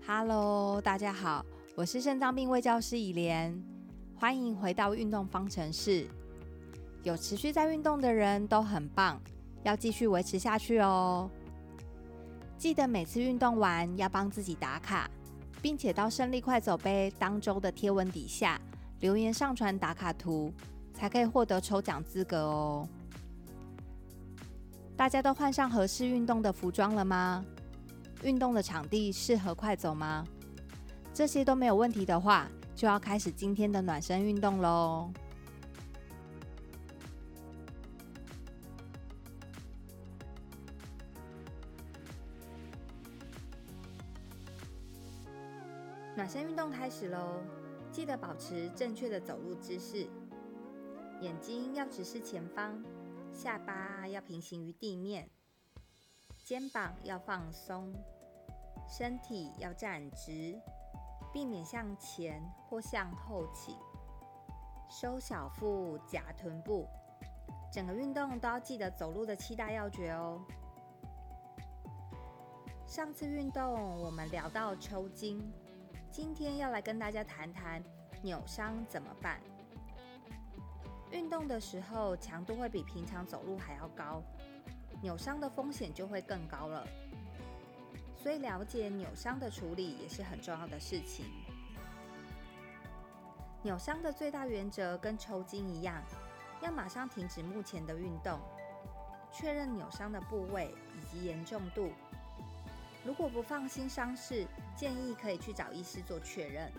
Hello， 大家好，我是肾脏病卫教师以莲，欢迎回到运动方程式。有持续在运动的人都很棒，要继续维持下去哦。记得每次运动完要帮自己打卡，并且到胜利快走杯当周的贴文底下留言上传打卡图，才可以获得抽奖资格哦。大家都换上合适运动的服装了吗？运动的场地适合快走吗？这些都没有问题的话，就要开始今天的暖身运动咯。暖身运动开始咯，记得保持正确的走路姿势，眼睛要直视前方，下巴要平行于地面，肩膀要放松，身体要站直，避免向前或向后倾，收小腹，夹臀部。整个运动都要记得走路的7大要诀哦。上次运动我们聊到抽筋，今天要来跟大家谈谈扭伤怎么办。运动的时候强度会比平常走路还要高，扭伤的风险就会更高了，所以了解扭伤的处理也是很重要的事情。扭伤的最大原则跟抽筋一样，要马上停止目前的运动，确认扭伤的部位以及严重度。如果不放心伤势，建议可以去找医师做确认。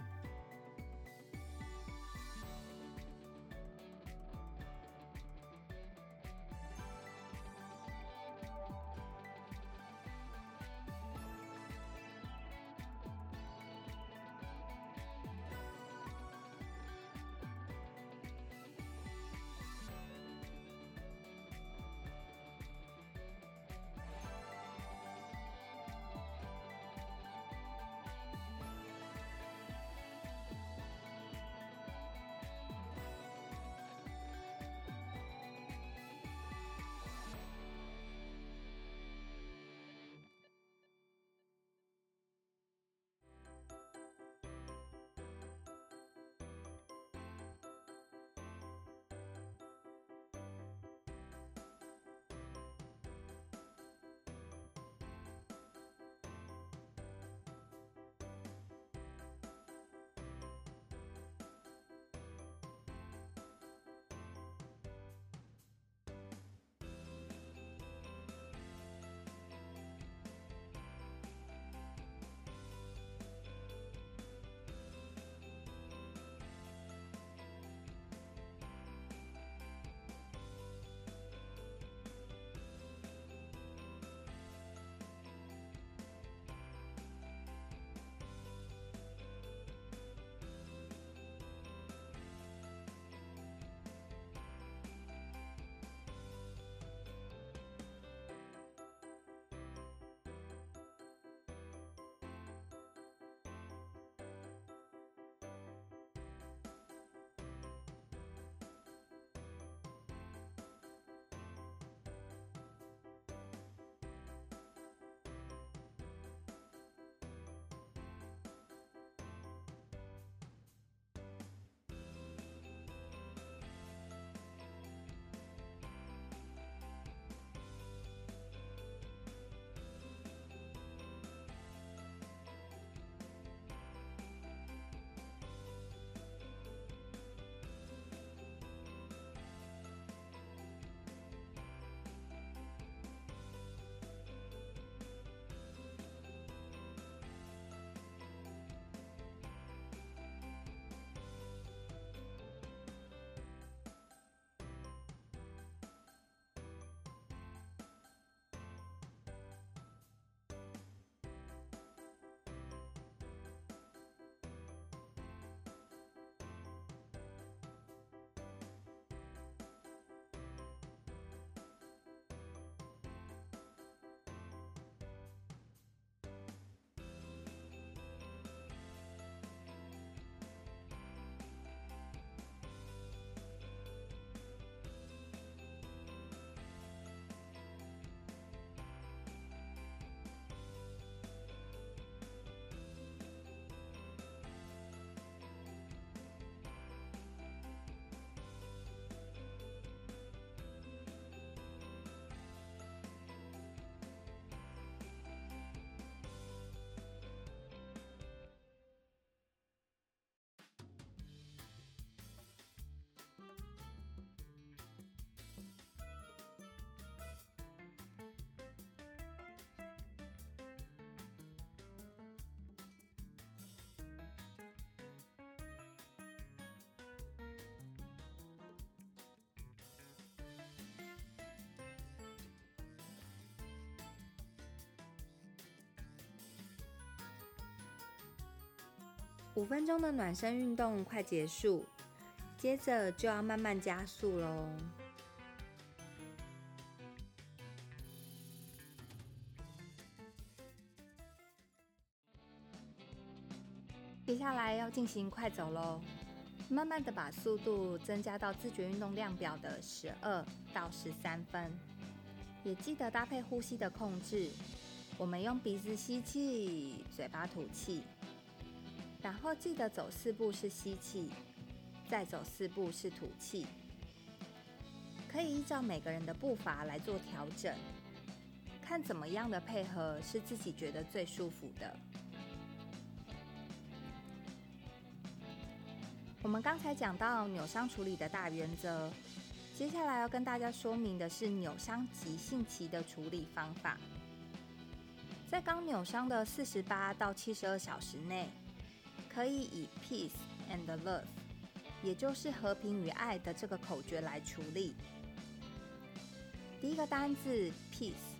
5分钟的暖身运动快结束，接着就要慢慢加速咯。接下来要进行快走咯，慢慢的把速度增加到自觉运动量表的12到13分，也记得搭配呼吸的控制，我们用鼻子吸气，嘴巴吐气，然后记得走4步是吸气，再走4步是吐气，可以依照每个人的步伐来做调整，看怎么样的配合是自己觉得最舒服的。我们刚才讲到扭伤处理的大原则，接下来要跟大家说明的是扭伤急性期的处理方法。在刚扭伤的48到72小时内，可以以 Peace and Love， 也就是和平与爱的这个口诀来处理。第一个单字 Peace，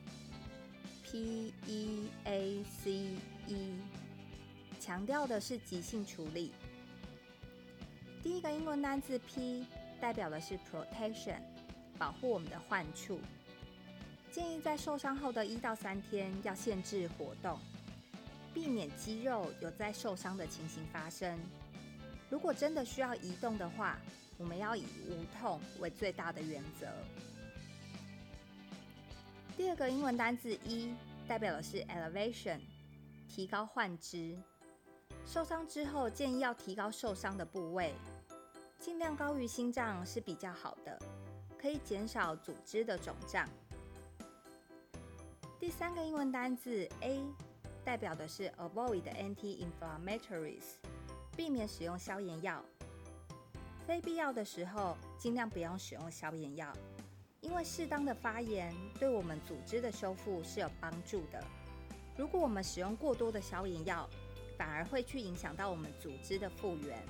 P-E-A-C-E， 强调的是急性处理。第一个英文单字 P 代表的是 protection， 保护我们的患处。建议在受伤后的1到3天要限制活动，避免肌肉有在受伤的情形发生。如果真的需要移动的话，我们要以无痛为最大的原则。第二个英文单字 E 代表的是 elevation， 提高患肢。受伤之后建议要提高受伤的部位，尽量高于心脏是比较好的，可以减少组织的肿胀。第三个英文单字 A 代表的是 avoid anti-inflammatories， 避免使用消炎药。非必要的时候尽量不要使用消炎药，因为适当的发炎对我们组织的修复是有帮助的。如果我们使用过多的消炎药，反而会去影响到我们组织的复原。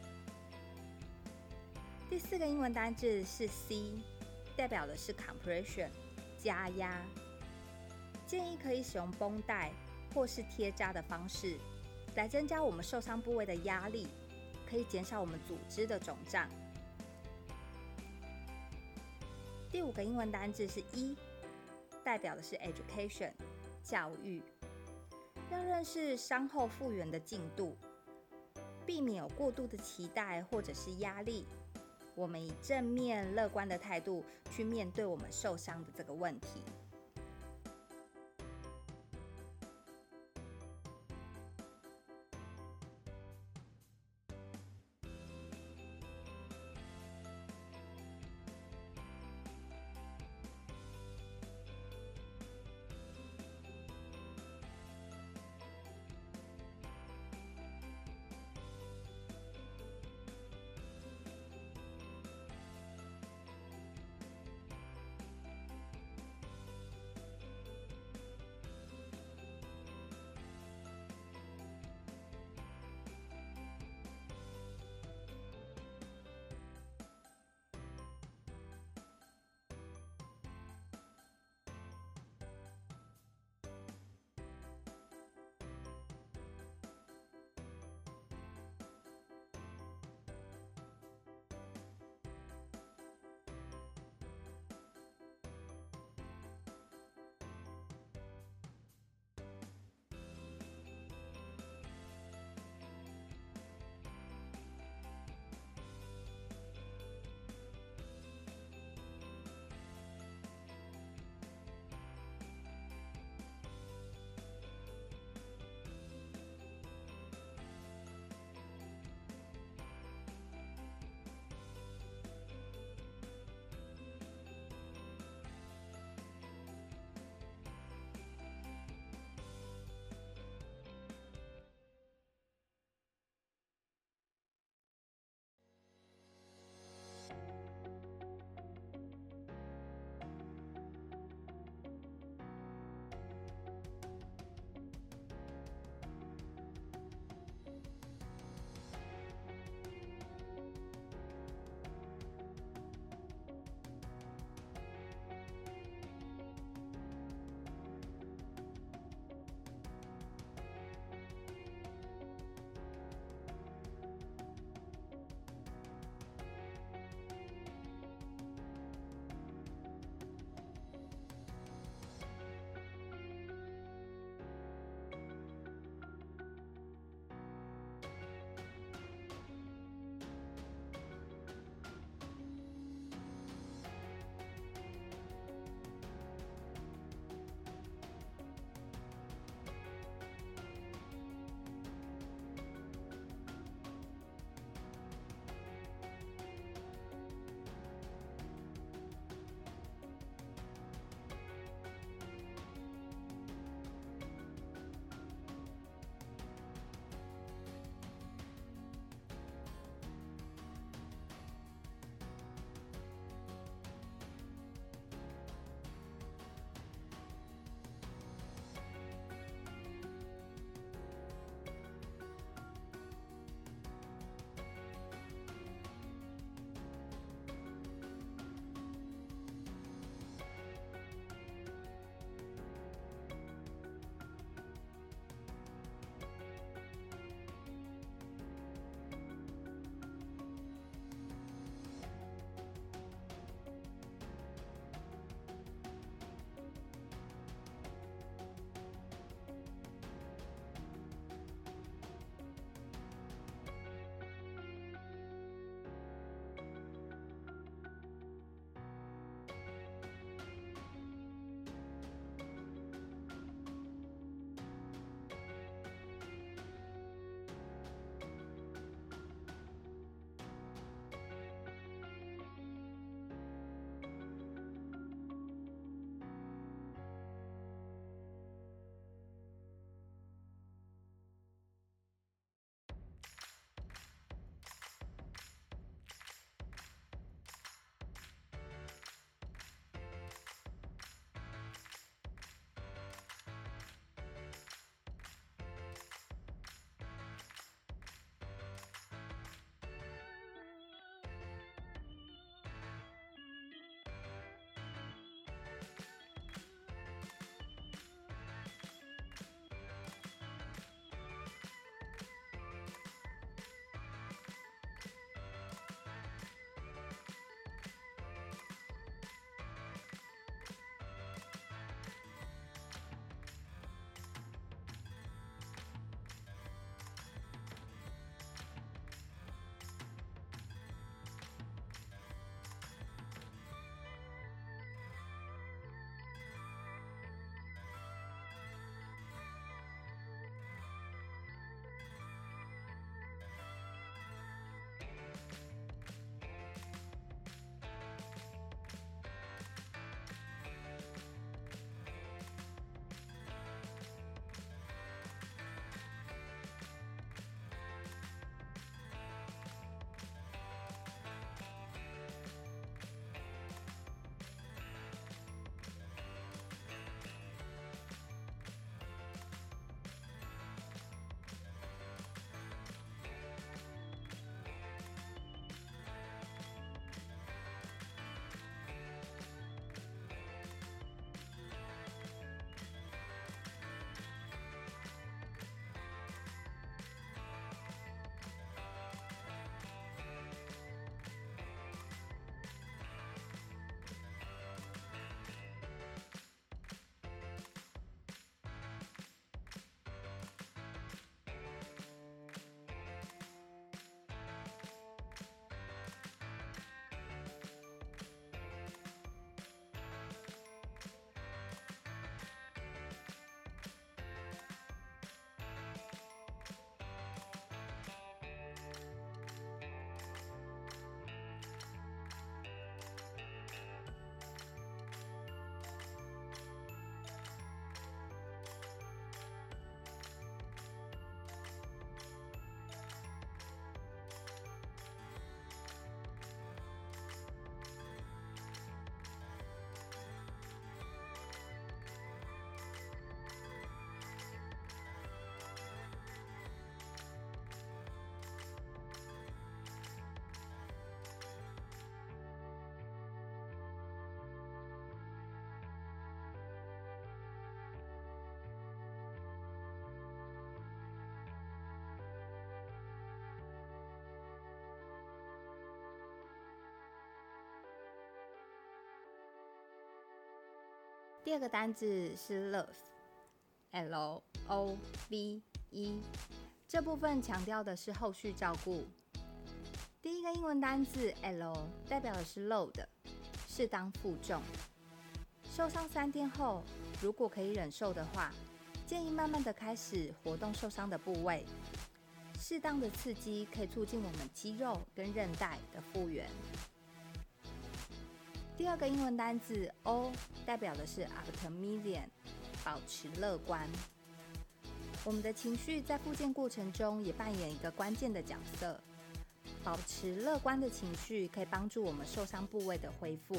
第四个英文单字是 C， 代表的是 compression， 加压。建议可以使用绷带或是贴扎的方式，来增加我们受伤部位的压力，可以减少我们组织的肿胀。第五个英文单字是 E， 代表的是 education， 教育。要认识伤后复原的进度，避免有过度的期待或者是压力。我们以正面乐观的态度去面对我们受伤的这个问题。 第二个单字是 love，L-O-V-E， 这部分强调的是后续照顾。第一个英文单字 L 代表的是 load， 适当负重。受伤3天后，如果可以忍受的话，建议慢慢的开始活动受伤的部位。适当的刺激可以促进我们肌肉跟韧带的复原。第二个英文单字 O 代表的是 optimism， 保持乐观。我们的情绪在复健过程中也扮演一个关键的角色。保持乐观的情绪可以帮助我们受伤部位的恢复。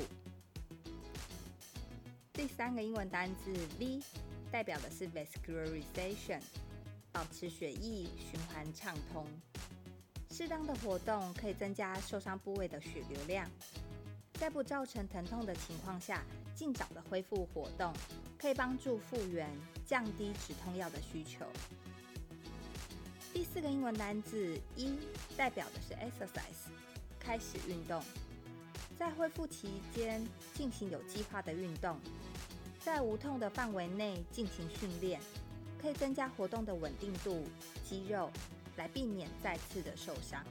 第三个英文单字 V 代表的是 vascularization， 保持血液循环畅通。适当的活动可以增加受伤部位的血流量，在不造成疼痛的情况下，尽早的恢复活动，可以帮助复原，降低止痛药的需求。第四个英文单字 E 代表的是 exercise， 开始运动。在恢复期间进行有计划的运动，在无痛的范围内进行训练，可以增加活动的稳定度、肌肉，来避免再次的受伤。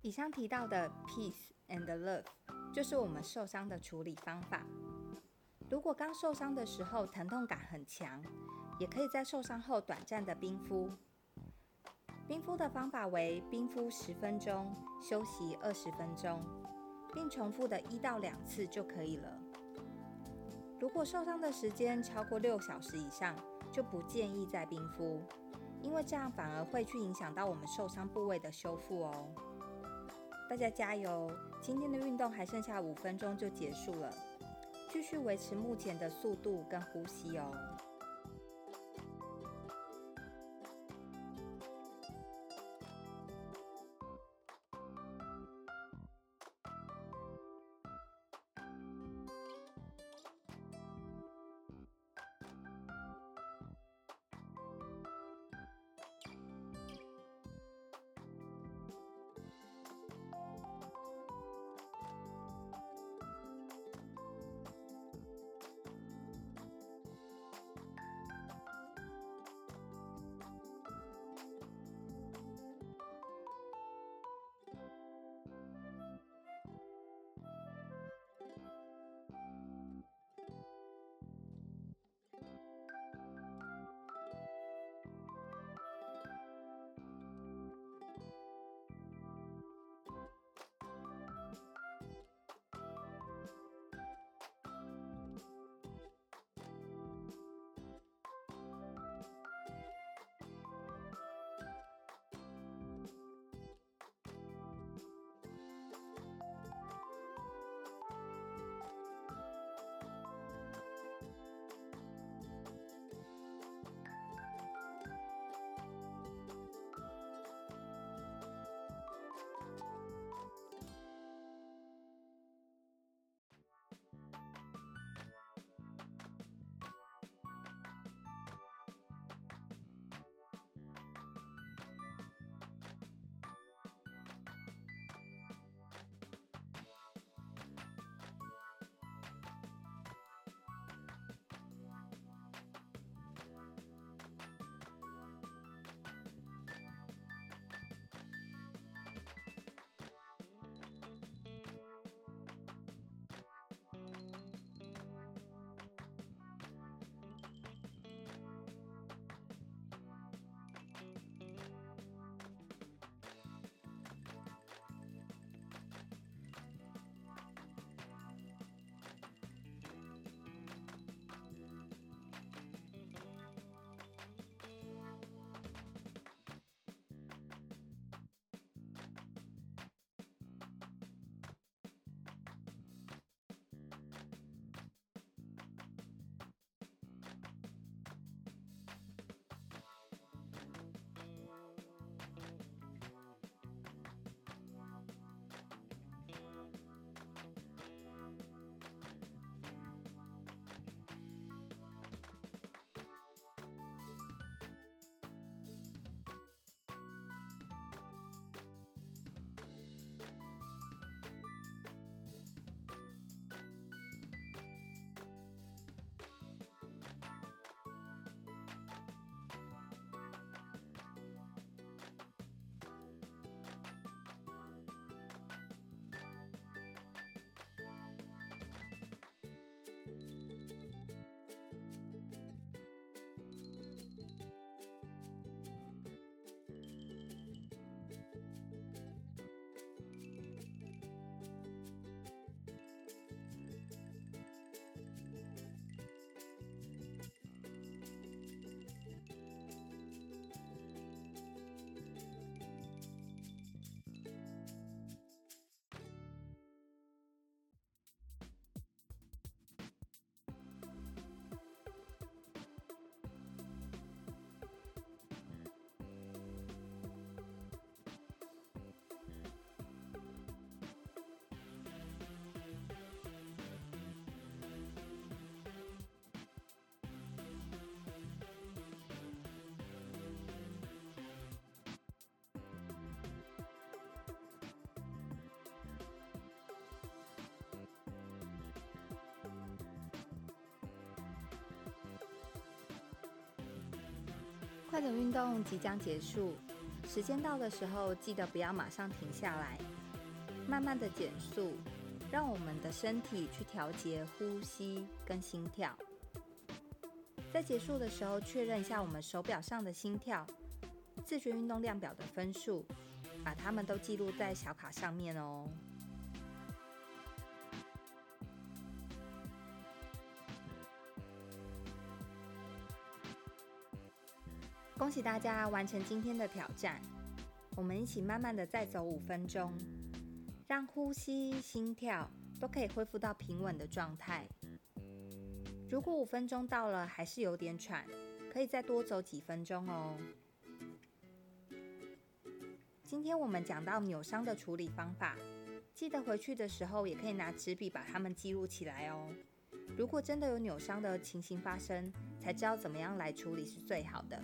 以上提到的 Peace and Love 就是我们受伤的处理方法。如果刚受伤的时候疼痛感很强，也可以在受伤后短暂的冰敷。冰敷的方法为冰敷10分钟，休息20分钟，并重复的1到2次就可以了。如果受伤的时间超过6小时以上，就不建议再冰敷，因为这样反而会去影响到我们受伤部位的修复哦。大家加油！今天的运动还剩下5分钟就结束了，继续维持目前的速度跟呼吸哦。快走运动即将结束， 时间到的时候，记得不要马上停下来，慢慢的减速，让我们的身体去调节呼吸跟心跳。在结束的时候，确认一下我们手表上的心跳、自觉运动量表的分数，把它们都记录在小卡上面哦。恭喜大家完成今天的挑战，我们一起慢慢的再走5分钟，让呼吸、心跳都可以恢复到平稳的状态。如果5分钟到了还是有点喘，可以再多走几分钟哦。今天我们讲到扭伤的处理方法，记得回去的时候也可以拿纸笔把它们记录起来哦。如果真的有扭伤的情形发生，才知道怎么样来处理是最好的。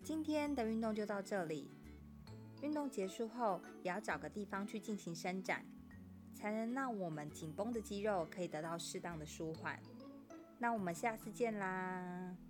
今天的运动就到这里。运动结束后，也要找个地方去进行伸展，才能让我们紧绷的肌肉可以得到适当的舒缓。那我们下次见啦！